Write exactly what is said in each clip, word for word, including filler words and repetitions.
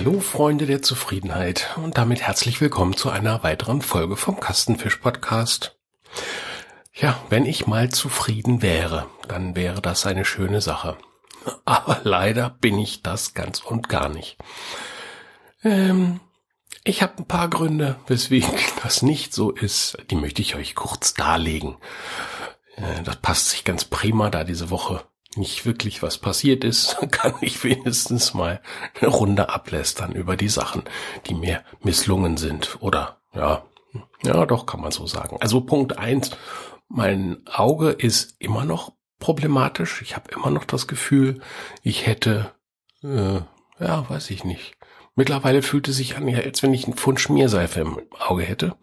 Hallo Freunde der Zufriedenheit und damit herzlich willkommen zu einer weiteren Folge vom Kastenfisch-Podcast. Ja, wenn ich mal zufrieden wäre, dann wäre das eine schöne Sache. Aber leider bin ich das ganz und gar nicht. Ähm, ich habe ein paar Gründe, weswegen das nicht so ist. Die möchte ich euch kurz darlegen. Äh, das passt sich ganz prima, da diese Woche nicht wirklich was passiert ist, kann ich wenigstens mal eine Runde ablästern über die Sachen, die mir misslungen sind. Oder, ja, ja, doch, kann man so sagen. Also Punkt eins, mein Auge ist immer noch problematisch. Ich habe immer noch das Gefühl, ich hätte, äh, ja, weiß ich nicht. Mittlerweile fühlt es sich an, als wenn ich einen Pfund Schmierseife im Auge hätte.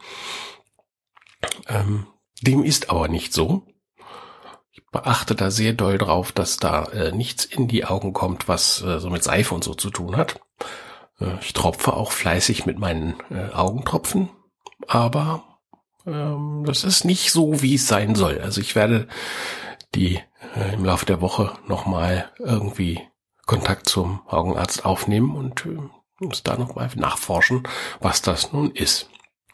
Ähm, dem ist aber nicht so. Ich beachte da sehr doll drauf, dass da äh, nichts in die Augen kommt, was äh, so mit Seife und so zu tun hat. Äh, ich tropfe auch fleißig mit meinen äh, Augentropfen, aber ähm, das ist nicht so, wie es sein soll. Also ich werde die äh, im Laufe der Woche nochmal irgendwie Kontakt zum Augenarzt aufnehmen und äh, muss da nochmal nachforschen, was das nun ist.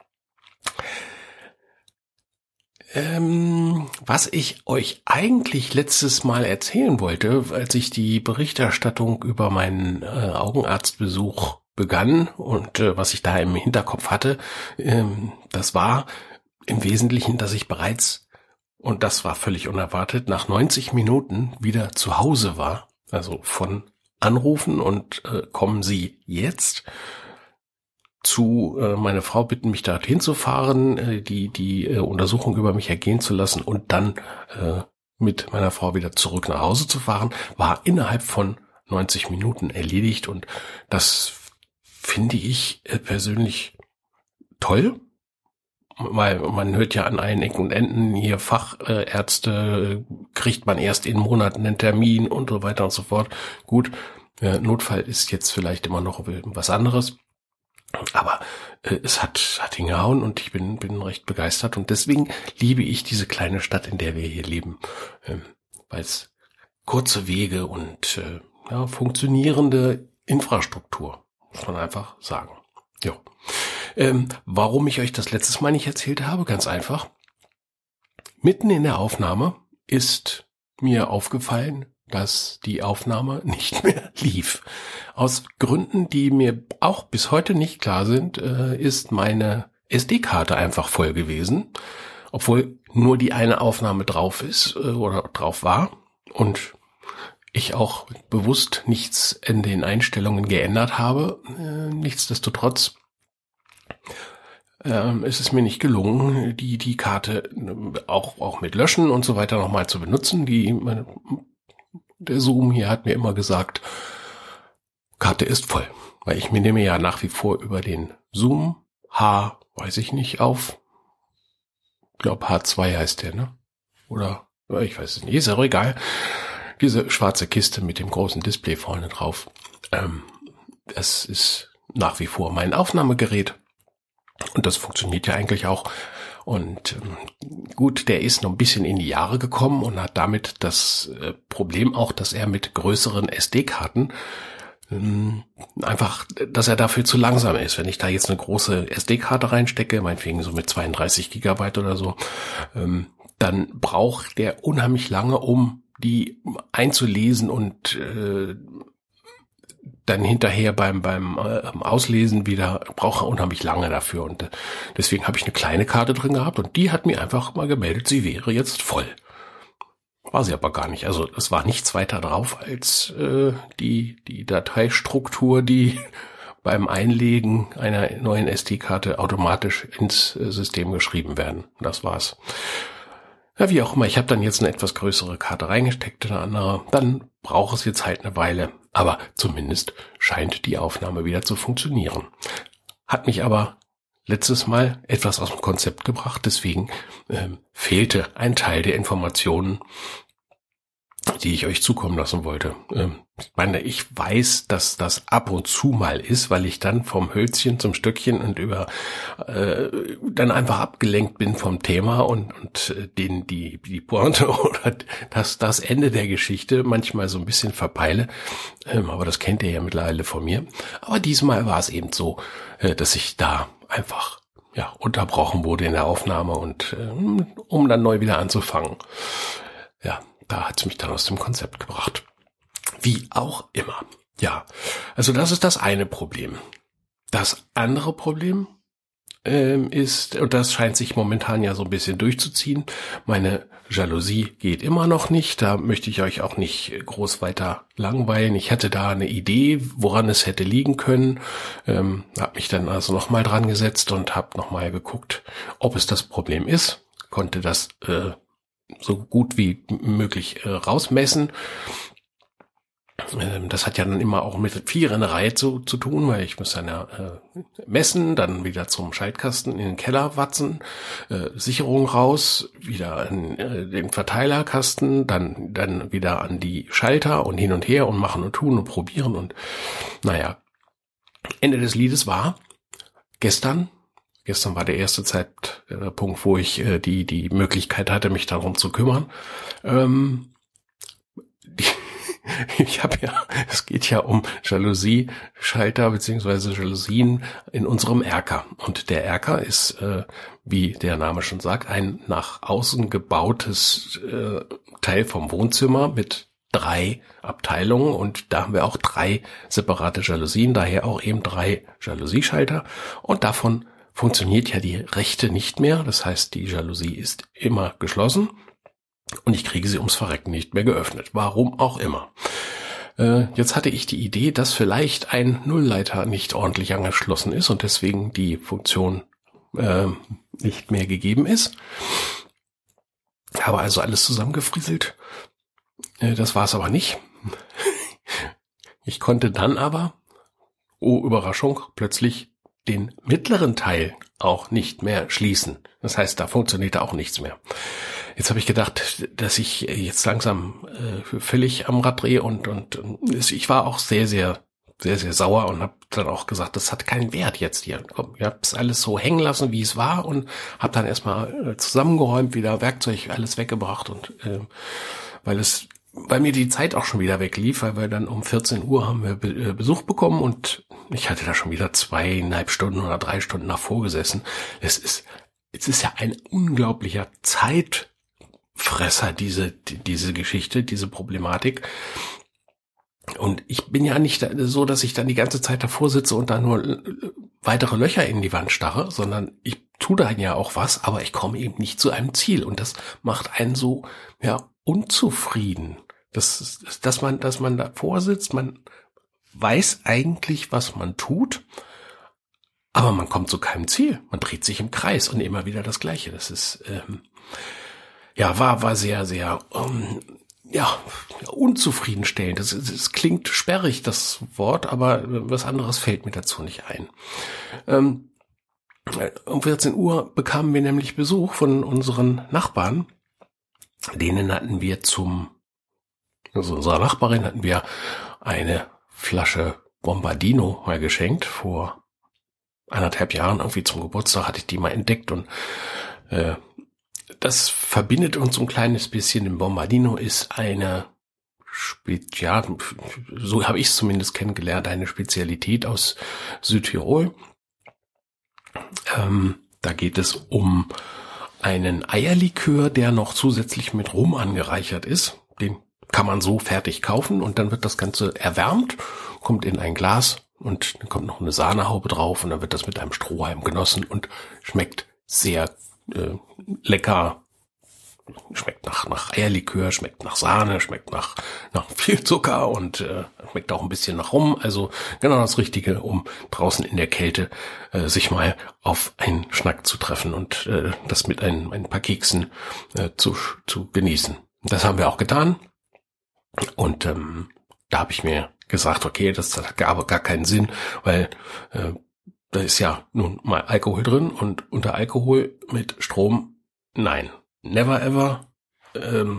Ähm, was ich euch eigentlich letztes Mal erzählen wollte, als ich die Berichterstattung über meinen äh, Augenarztbesuch begann und äh, was ich da im Hinterkopf hatte, ähm, das war im Wesentlichen, dass ich bereits, und das war völlig unerwartet, nach neunzig Minuten wieder zu Hause war. Also von Anrufen und äh, kommen Sie jetzt zu äh, meine Frau bitten, mich dorthin zu fahren, äh, die die äh, Untersuchung über mich ergehen zu lassen und dann äh, mit meiner Frau wieder zurück nach Hause zu fahren, war innerhalb von neunzig Minuten erledigt und das finde ich äh, persönlich toll, weil man hört ja an allen Ecken und Enden, hier Fachärzte äh, kriegt man erst in Monaten einen Termin und so weiter und so fort. Gut, äh, Notfall ist jetzt vielleicht immer noch was anderes. Aber äh, es hat hat hingehauen und ich bin bin recht begeistert und deswegen liebe ich diese kleine Stadt, in der wir hier leben, ähm, weil es kurze Wege und äh, ja, funktionierende Infrastruktur, muss man einfach sagen. Ja. Ähm, warum ich euch das letztes Mal nicht erzählt habe, ganz einfach. Mitten in der Aufnahme ist mir aufgefallen, dass die Aufnahme nicht mehr lief. Aus Gründen, die mir auch bis heute nicht klar sind, äh, ist meine S D-Karte einfach voll gewesen, obwohl nur die eine Aufnahme drauf ist äh, oder drauf war und ich auch bewusst nichts in den Einstellungen geändert habe. Äh, nichtsdestotrotz äh, ist es mir nicht gelungen, die die Karte auch auch mit Löschen und so weiter nochmal zu benutzen. Die meine, Der Zoom hier hat mir immer gesagt, Karte ist voll. Weil ich mir nehme ja nach wie vor über den Zoom H, weiß ich nicht, auf. Ich glaube H zwei heißt der, ne? Oder, ich weiß es nicht, ist ja auch egal. Diese schwarze Kiste mit dem großen Display vorne drauf. Ähm, das ist nach wie vor mein Aufnahmegerät. Und das funktioniert ja eigentlich auch. Und ähm, gut, der ist noch ein bisschen in die Jahre gekommen und hat damit das äh, Problem auch, dass er mit größeren S D-Karten ähm, einfach, dass er dafür zu langsam ist. Wenn ich da jetzt eine große S D-Karte reinstecke, meinetwegen so mit zweiunddreißig Gigabyte oder so, ähm, dann braucht der unheimlich lange, um die einzulesen und äh, dann hinterher beim beim äh, Auslesen wieder braucht er unheimlich lange dafür und äh, deswegen habe ich eine kleine Karte drin gehabt und die hat mir einfach mal gemeldet, sie wäre jetzt voll. War sie aber gar nicht. Also es war nichts weiter drauf als äh, die die Dateistruktur, die beim Einlegen einer neuen S D-Karte automatisch ins äh, System geschrieben werden. Das war's. Ja, wie auch immer, ich habe dann jetzt eine etwas größere Karte reingesteckt, eine andere. Dann braucht es jetzt halt eine Weile. Aber zumindest scheint die Aufnahme wieder zu funktionieren. Hat mich aber letztes Mal etwas aus dem Konzept gebracht. Deswegen ähm, fehlte ein Teil der Informationen, die ich euch zukommen lassen wollte. Ähm, ich meine, ich weiß, dass das ab und zu mal ist, weil ich dann vom Hölzchen zum Stöckchen und über äh, dann einfach abgelenkt bin vom Thema und und den die die Pointe oder das das Ende der Geschichte manchmal so ein bisschen verpeile. Ähm, aber das kennt ihr ja mittlerweile von mir. Aber diesmal war es eben so, äh, dass ich da einfach ja unterbrochen wurde in der Aufnahme und äh, um dann neu wieder anzufangen. Ja. Da hat's mich dann aus dem Konzept gebracht. Wie auch immer. Ja, also das ist das eine Problem. Das andere Problem ähm, ist, und das scheint sich momentan ja so ein bisschen durchzuziehen, meine Jalousie geht immer noch nicht. Da möchte ich euch auch nicht groß weiter langweilen. Ich hatte da eine Idee, woran es hätte liegen können. Ähm, habe mich dann also nochmal dran gesetzt und habe nochmal geguckt, ob es das Problem ist. Konnte das äh, so gut wie möglich äh, rausmessen. Ähm, das hat ja dann immer auch mit viel Rennerei zu, zu tun, weil ich muss dann ja äh, messen, dann wieder zum Schaltkasten in den Keller watzen, äh, Sicherung raus, wieder an äh, den Verteilerkasten, dann dann wieder an die Schalter und hin und her und machen und tun und probieren und naja. Ende des Liedes war gestern Gestern war der erste Zeitpunkt, wo ich äh, die die Möglichkeit hatte, mich darum zu kümmern. Ähm, die, ich habe ja, es geht ja um Jalousie-Schalter beziehungsweise Jalousien in unserem Erker. Und der Erker ist, äh, wie der Name schon sagt, ein nach außen gebautes äh, Teil vom Wohnzimmer mit drei Abteilungen und da haben wir auch drei separate Jalousien, daher auch eben drei Jalousie-Schalter und davon funktioniert ja die rechte nicht mehr. Das heißt, die Jalousie ist immer geschlossen und ich kriege sie ums Verrecken nicht mehr geöffnet. Warum auch immer. Äh, jetzt hatte ich die Idee, dass vielleicht ein Nullleiter nicht ordentlich angeschlossen ist und deswegen die Funktion äh, nicht mehr gegeben ist. Habe also alles zusammengefrieselt. Äh, das war es aber nicht. Ich konnte dann aber, oh Überraschung, plötzlich den mittleren Teil auch nicht mehr schließen. Das heißt, da funktionierte auch nichts mehr. Jetzt habe ich gedacht, dass ich jetzt langsam äh, völlig am Rad drehe und und ich war auch sehr, sehr, sehr, sehr sauer und habe dann auch gesagt, das hat keinen Wert jetzt hier. Komm, ich habe es alles so hängen lassen, wie es war und habe dann erstmal äh, zusammengeräumt, wieder Werkzeug, alles weggebracht und äh, weil es weil mir die Zeit auch schon wieder weglief, weil wir dann um vierzehn Uhr haben wir Be- Besuch bekommen und ich hatte da schon wieder zweieinhalb Stunden oder drei Stunden davor gesessen. Es ist, es ist ja ein unglaublicher Zeitfresser, diese, die, diese Geschichte, diese Problematik. Und ich bin ja nicht so, dass ich dann die ganze Zeit davor sitze und da nur weitere Löcher in die Wand starre, sondern ich tue da ja auch was, aber ich komme eben nicht zu einem Ziel und das macht einen so, ja, unzufrieden. Das, dass man, dass man davor sitzt, man weiß eigentlich, was man tut, aber man kommt zu keinem Ziel. Man dreht sich im Kreis und immer wieder das Gleiche. Das ist, ähm, ja, war, war sehr, sehr, ähm, ja, unzufriedenstellend. Das, das klingt sperrig, das Wort, aber was anderes fällt mir dazu nicht ein. Ähm, um vierzehn Uhr bekamen wir nämlich Besuch von unseren Nachbarn. Denen hatten wir zum, also unserer Nachbarin hatten wir eine Flasche Bombardino mal geschenkt. Vor anderthalb Jahren irgendwie zum Geburtstag hatte ich die mal entdeckt und äh, das verbindet uns ein kleines bisschen. Im Bombardino ist eine Spezial, so habe ich es zumindest kennengelernt, eine Spezialität aus Südtirol. Ähm, da geht es um einen Eierlikör, der noch zusätzlich mit Rum angereichert ist. Den kann man so fertig kaufen und dann wird das Ganze erwärmt, kommt in ein Glas und dann kommt noch eine Sahnehaube drauf und dann wird das mit einem Strohhalm genossen und schmeckt sehr äh, lecker. Schmeckt nach nach Eierlikör, schmeckt nach Sahne, schmeckt nach nach viel Zucker und äh, schmeckt auch ein bisschen nach Rum. Also genau das Richtige, um draußen in der Kälte äh, sich mal auf einen Schnack zu treffen und äh, das mit ein, ein paar Keksen äh, zu zu genießen. Das haben wir auch getan und ähm, da habe ich mir gesagt, okay, das hat gar, gar keinen Sinn, weil äh, da ist ja nun mal Alkohol drin und unter Alkohol mit Strom, nein. Never ever. Ähm,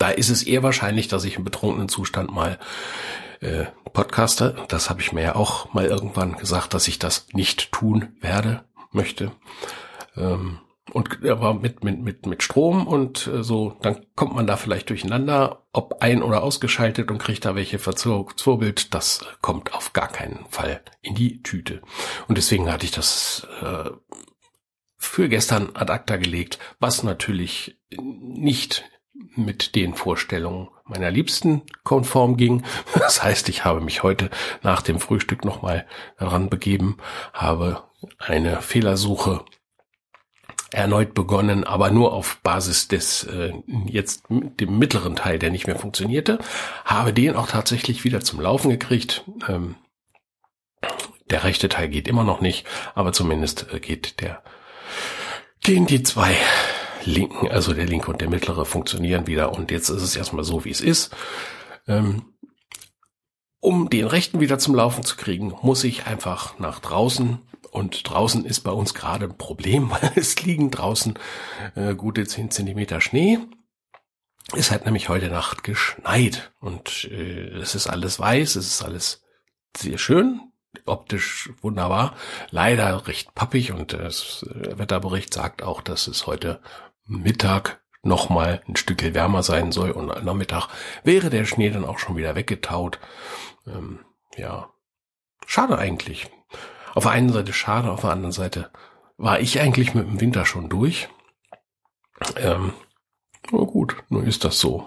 Da ist es eher wahrscheinlich, dass ich im betrunkenen Zustand mal äh, podcaste. Das habe ich mir ja auch mal irgendwann gesagt, dass ich das nicht tun werde, möchte. Ähm, und aber mit mit mit mit Strom und äh, so, dann kommt man da vielleicht durcheinander, ob ein- oder ausgeschaltet und kriegt da welche verzwirbelt. Das kommt auf gar keinen Fall in die Tüte. Und deswegen hatte ich das äh, für gestern ad acta gelegt, was natürlich nicht mit den Vorstellungen meiner Liebsten konform ging. Das heißt, ich habe mich heute nach dem Frühstück nochmal daran begeben, habe eine Fehlersuche erneut begonnen, aber nur auf Basis des äh, jetzt dem mittleren Teil, der nicht mehr funktionierte, habe den auch tatsächlich wieder zum Laufen gekriegt. Ähm, der rechte Teil geht immer noch nicht, aber zumindest äh, geht der, gehen die zwei linken, also der linke und der mittlere funktionieren wieder und jetzt ist es erstmal so, wie es ist. Ähm, um den rechten wieder zum Laufen zu kriegen, muss ich einfach nach draußen. Und draußen ist bei uns gerade ein Problem, weil es liegen draußen äh, gute zehn Zentimeter Schnee. Es hat nämlich heute Nacht geschneit und äh, es ist alles weiß, es ist alles sehr schön, optisch wunderbar, leider recht pappig und das Wetterbericht sagt auch, dass es heute Mittag nochmal ein Stückchen wärmer sein soll und am Nachmittag wäre der Schnee dann auch schon wieder weggetaut. Ähm, ja, schade eigentlich. Auf der einen Seite schade, auf der anderen Seite war ich eigentlich mit dem Winter schon durch. Ähm, na gut, nun ist das so.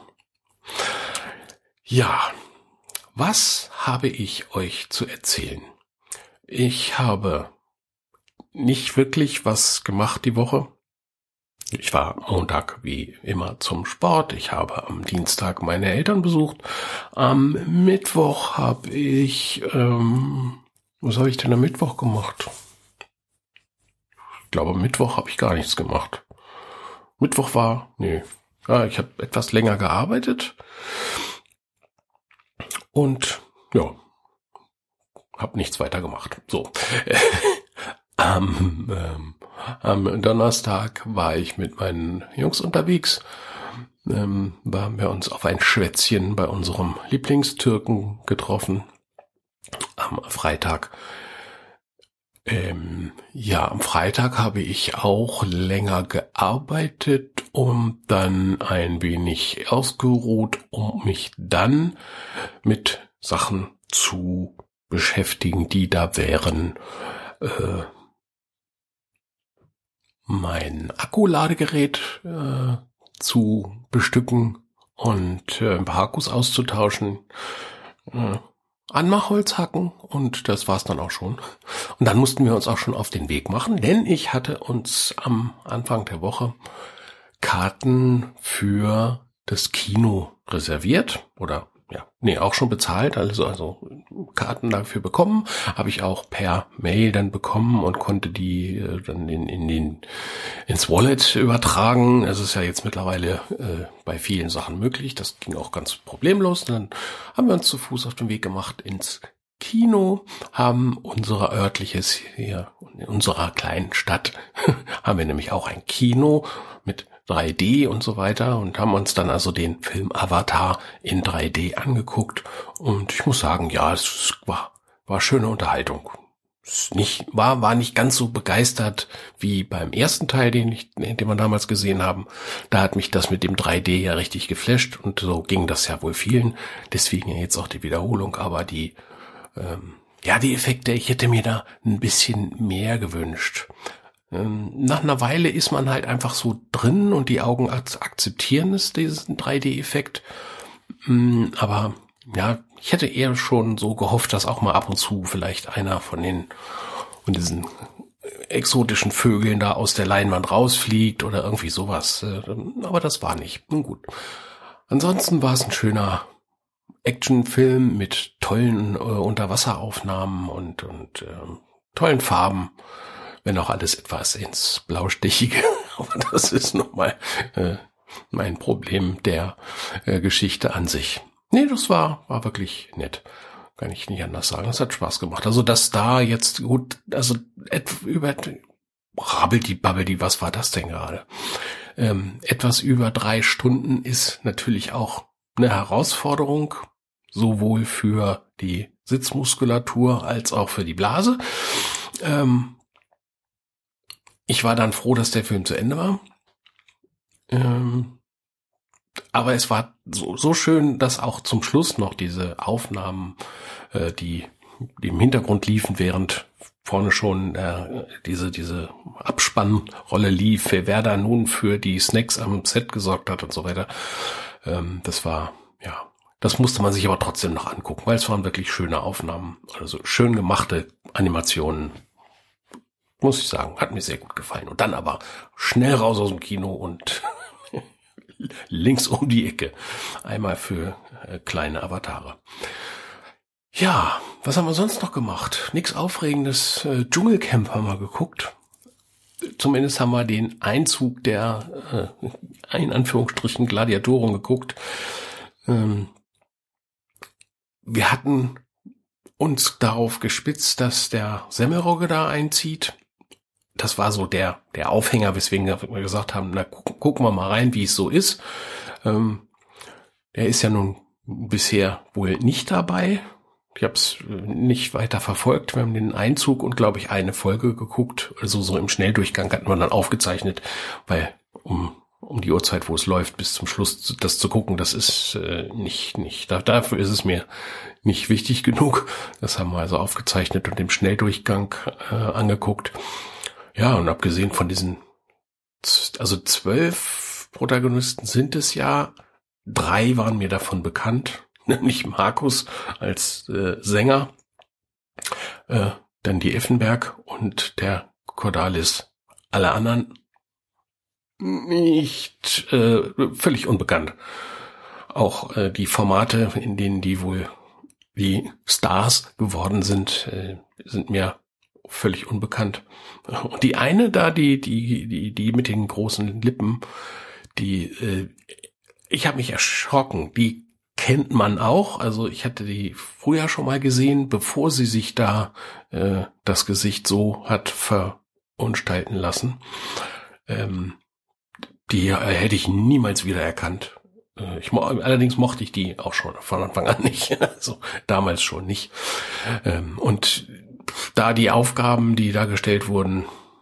Ja, was habe ich euch zu erzählen? Ich habe nicht wirklich was gemacht die Woche. Ich war Montag wie immer zum Sport. Ich habe am Dienstag meine Eltern besucht. Am Mittwoch habe ich... Ähm, Was habe ich denn am Mittwoch gemacht? Ich glaube, am Mittwoch habe ich gar nichts gemacht. Mittwoch war, nee, ja, ich habe etwas länger gearbeitet und ja, habe nichts weiter gemacht. So, am, ähm, am Donnerstag war ich mit meinen Jungs unterwegs. Ähm, da haben wir uns auf ein Schwätzchen bei unserem Lieblingstürken getroffen. Am Freitag, ähm, ja, am Freitag habe ich auch länger gearbeitet und dann ein wenig ausgeruht, um mich dann mit Sachen zu beschäftigen, die da wären. Äh, mein Akkuladegerät äh, zu bestücken und äh, ein paar Akkus auszutauschen. Äh, Anmachholz hacken und das war's dann auch schon. Und dann mussten wir uns auch schon auf den Weg machen, denn ich hatte uns am Anfang der Woche Karten für das Kino reserviert oder ja, nee, auch schon bezahlt, also also Karten dafür bekommen, habe ich auch per Mail dann bekommen und konnte die äh, dann in in den ins Wallet übertragen. Es ist ja jetzt mittlerweile äh, bei vielen Sachen möglich. Das ging auch ganz problemlos. Und dann haben wir uns zu Fuß auf den Weg gemacht ins Kino, haben unser örtliches hier in unserer kleinen Stadt haben wir nämlich auch ein Kino mit drei D und so weiter und haben uns dann also den Film Avatar in drei D angeguckt und ich muss sagen, ja, es war war schöne Unterhaltung. Es nicht war war nicht ganz so begeistert wie beim ersten Teil, den ich den wir damals gesehen haben. Da hat mich das mit dem drei D ja richtig geflasht und so ging das ja wohl vielen. Deswegen jetzt auch die Wiederholung, aber die ähm, ja, die Effekte, ich hätte mir da ein bisschen mehr gewünscht. Nach einer Weile ist man halt einfach so drin und die Augen akzeptieren es, diesen drei D-Effekt. Aber ja, ich hätte eher schon so gehofft, dass auch mal ab und zu vielleicht einer von den von diesen exotischen Vögeln da aus der Leinwand rausfliegt oder irgendwie sowas. Aber das war nicht. Nun gut. Ansonsten war es ein schöner Actionfilm mit tollen äh, Unterwasseraufnahmen und, und äh, tollen Farben. Wenn auch alles etwas ins Blaustechige, aber das ist nochmal äh, mein Problem der äh, Geschichte an sich. Nee, das war war wirklich nett. Kann ich nicht anders sagen. Das hat Spaß gemacht. Also, dass da jetzt gut, also et, über Rabbeldi Babbeldi, was war das denn gerade? Ähm, etwas über drei Stunden ist natürlich auch eine Herausforderung, sowohl für die Sitzmuskulatur als auch für die Blase. Ähm, ich war dann froh, dass der Film zu Ende war. Ähm, aber es war so, so schön, dass auch zum Schluss noch diese Aufnahmen, äh, die, die im Hintergrund liefen, während vorne schon äh, diese diese Abspannrolle lief, wer da nun für die Snacks am Set gesorgt hat und so weiter. Ähm, das war, ja, das musste man sich aber trotzdem noch angucken, weil es waren wirklich schöne Aufnahmen, also schön gemachte Animationen. Muss ich sagen, hat mir sehr gut gefallen. Und dann aber schnell raus aus dem Kino und links um die Ecke. Einmal für äh, kleine Avatare. Ja, was haben wir sonst noch gemacht? Nichts Aufregendes. Äh, Dschungelcamp haben wir geguckt. Zumindest haben wir den Einzug der, äh, in Anführungsstrichen, Gladiatoren geguckt. Ähm, wir hatten uns darauf gespitzt, dass der Semmelrogge da einzieht. Das war so der der Aufhänger, weswegen wir gesagt haben, na gu- gucken wir mal rein, wie es so ist. Ähm, er ist ja nun bisher wohl nicht dabei. Ich habe es nicht weiter verfolgt. Wir haben den Einzug und, glaube ich, eine Folge geguckt. Also so im Schnelldurchgang hatten wir dann aufgezeichnet, weil um um die Uhrzeit, wo es läuft, bis zum Schluss das zu gucken, das ist äh, nicht nicht. Da, dafür ist es mir nicht wichtig genug. Das haben wir also aufgezeichnet und im Schnelldurchgang äh, angeguckt. Ja, und abgesehen von diesen, also zwölf Protagonisten sind es ja, drei waren mir davon bekannt, nämlich Markus als äh, Sänger, äh, dann die Effenberg und der Cordalis. Alle anderen nicht, äh, völlig unbekannt. Auch äh, die Formate, in denen die wohl die Stars geworden sind, äh, sind mir völlig unbekannt. Und die eine da, die die die die mit den großen Lippen, die äh, ich habe mich erschrocken. Die kennt man auch. Also ich hatte die früher schon mal gesehen, bevor sie sich da äh, das Gesicht so hat verunstalten lassen. Ähm, die äh, hätte ich niemals wieder erkannt. Äh, ich mo- allerdings mochte ich die auch schon von Anfang an nicht. Also damals schon nicht. Ähm, und da die Aufgaben, die da gestellt wurden,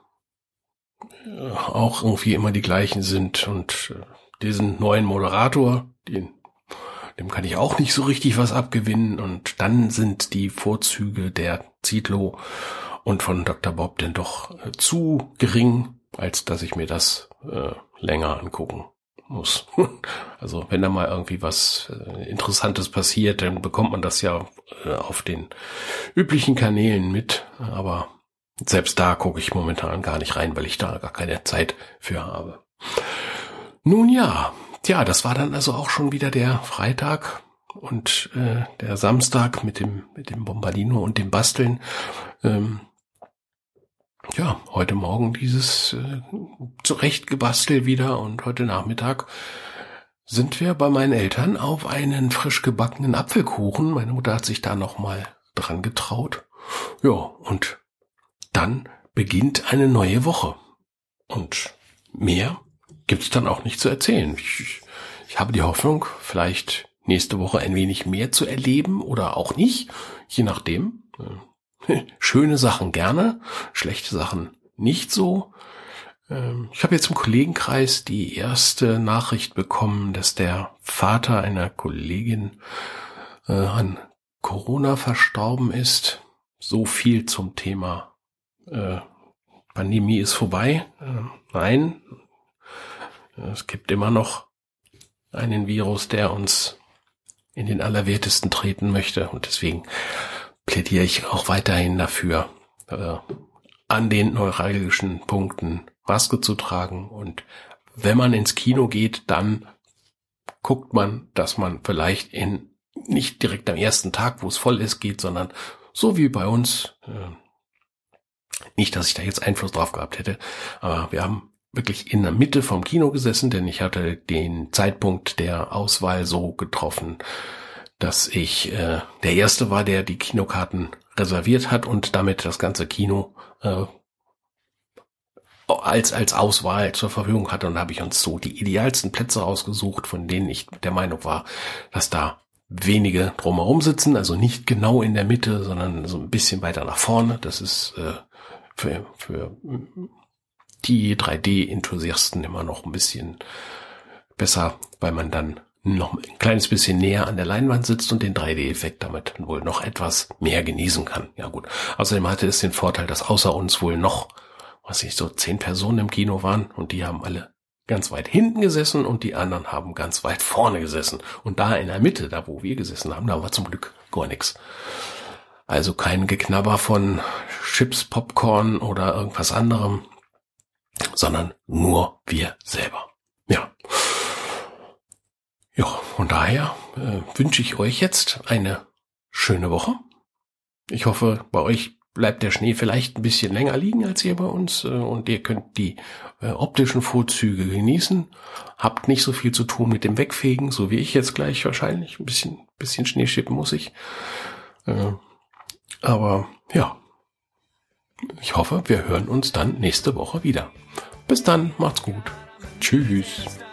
auch irgendwie immer die gleichen sind und diesen neuen Moderator, den, dem kann ich auch nicht so richtig was abgewinnen, und dann sind die Vorzüge der Zietlow und von Doktor Bob denn doch zu gering, als dass ich mir das äh, länger angucken muss. Also wenn da mal irgendwie was äh, Interessantes passiert, dann bekommt man das ja äh, auf den üblichen Kanälen mit, aber selbst da gucke ich momentan gar nicht rein, weil ich da gar keine Zeit für habe. Nun ja, tja, das war dann also auch schon wieder der Freitag und äh, der Samstag mit dem mit dem Bombardino und dem Basteln. Ähm, ja, heute Morgen dieses äh, zurechtgebastelt wieder, und heute Nachmittag sind wir bei meinen Eltern auf einen frisch gebackenen Apfelkuchen. Meine Mutter hat sich da nochmal dran getraut. Ja, und dann beginnt eine neue Woche. Und mehr gibt's dann auch nicht zu erzählen. Ich, ich habe die Hoffnung, vielleicht nächste Woche ein wenig mehr zu erleben oder auch nicht, je nachdem. Schöne Sachen gerne, schlechte Sachen nicht so. Ich habe jetzt im Kollegenkreis die erste Nachricht bekommen, dass der Vater einer Kollegin äh, an Corona verstorben ist. So viel zum Thema äh, Pandemie ist vorbei. Äh, nein, es gibt immer noch einen Virus, der uns in den Allerwertesten treten möchte, und deswegen plädiere ich auch weiterhin dafür, äh, an den neuralgischen Punkten Maske zu tragen, und wenn man ins Kino geht, dann guckt man, dass man vielleicht in nicht direkt am ersten Tag, wo es voll ist, geht, sondern so wie bei uns. Äh, nicht, dass ich da jetzt Einfluss drauf gehabt hätte, aber wir haben wirklich in der Mitte vom Kino gesessen, denn ich hatte den Zeitpunkt der Auswahl so getroffen, dass ich äh, der Erste war, der die Kinokarten reserviert hat und damit das ganze Kino äh, als als Auswahl zur Verfügung hatte. Und da habe ich uns so die idealsten Plätze rausgesucht, von denen ich der Meinung war, dass da wenige drumherum sitzen, also nicht genau in der Mitte, sondern so ein bisschen weiter nach vorne. Das ist äh, für, für die drei D-Enthusiasten immer noch ein bisschen besser, weil man dann noch ein kleines bisschen näher an der Leinwand sitzt und den drei D-Effekt damit wohl noch etwas mehr genießen kann. Ja gut. Außerdem hatte es den Vorteil, dass außer uns wohl noch, was ich so zehn Personen im Kino waren und die haben alle ganz weit hinten gesessen und die anderen haben ganz weit vorne gesessen. Und da in der Mitte, da wo wir gesessen haben, da war zum Glück gar nichts. Also kein Geknabber von Chips, Popcorn oder irgendwas anderem, sondern nur wir selber. Ja. Ja, von daher äh, wünsche ich euch jetzt eine schöne Woche. Ich hoffe, bei euch bleibt der Schnee vielleicht ein bisschen länger liegen als hier bei uns äh, und ihr könnt die äh, optischen Vorzüge genießen. Habt nicht so viel zu tun mit dem Wegfegen, so wie ich jetzt gleich wahrscheinlich. Ein bisschen, bisschen Schnee schippen muss ich. Äh, aber ja, ich hoffe, wir hören uns dann nächste Woche wieder. Bis dann, macht's gut. Tschüss.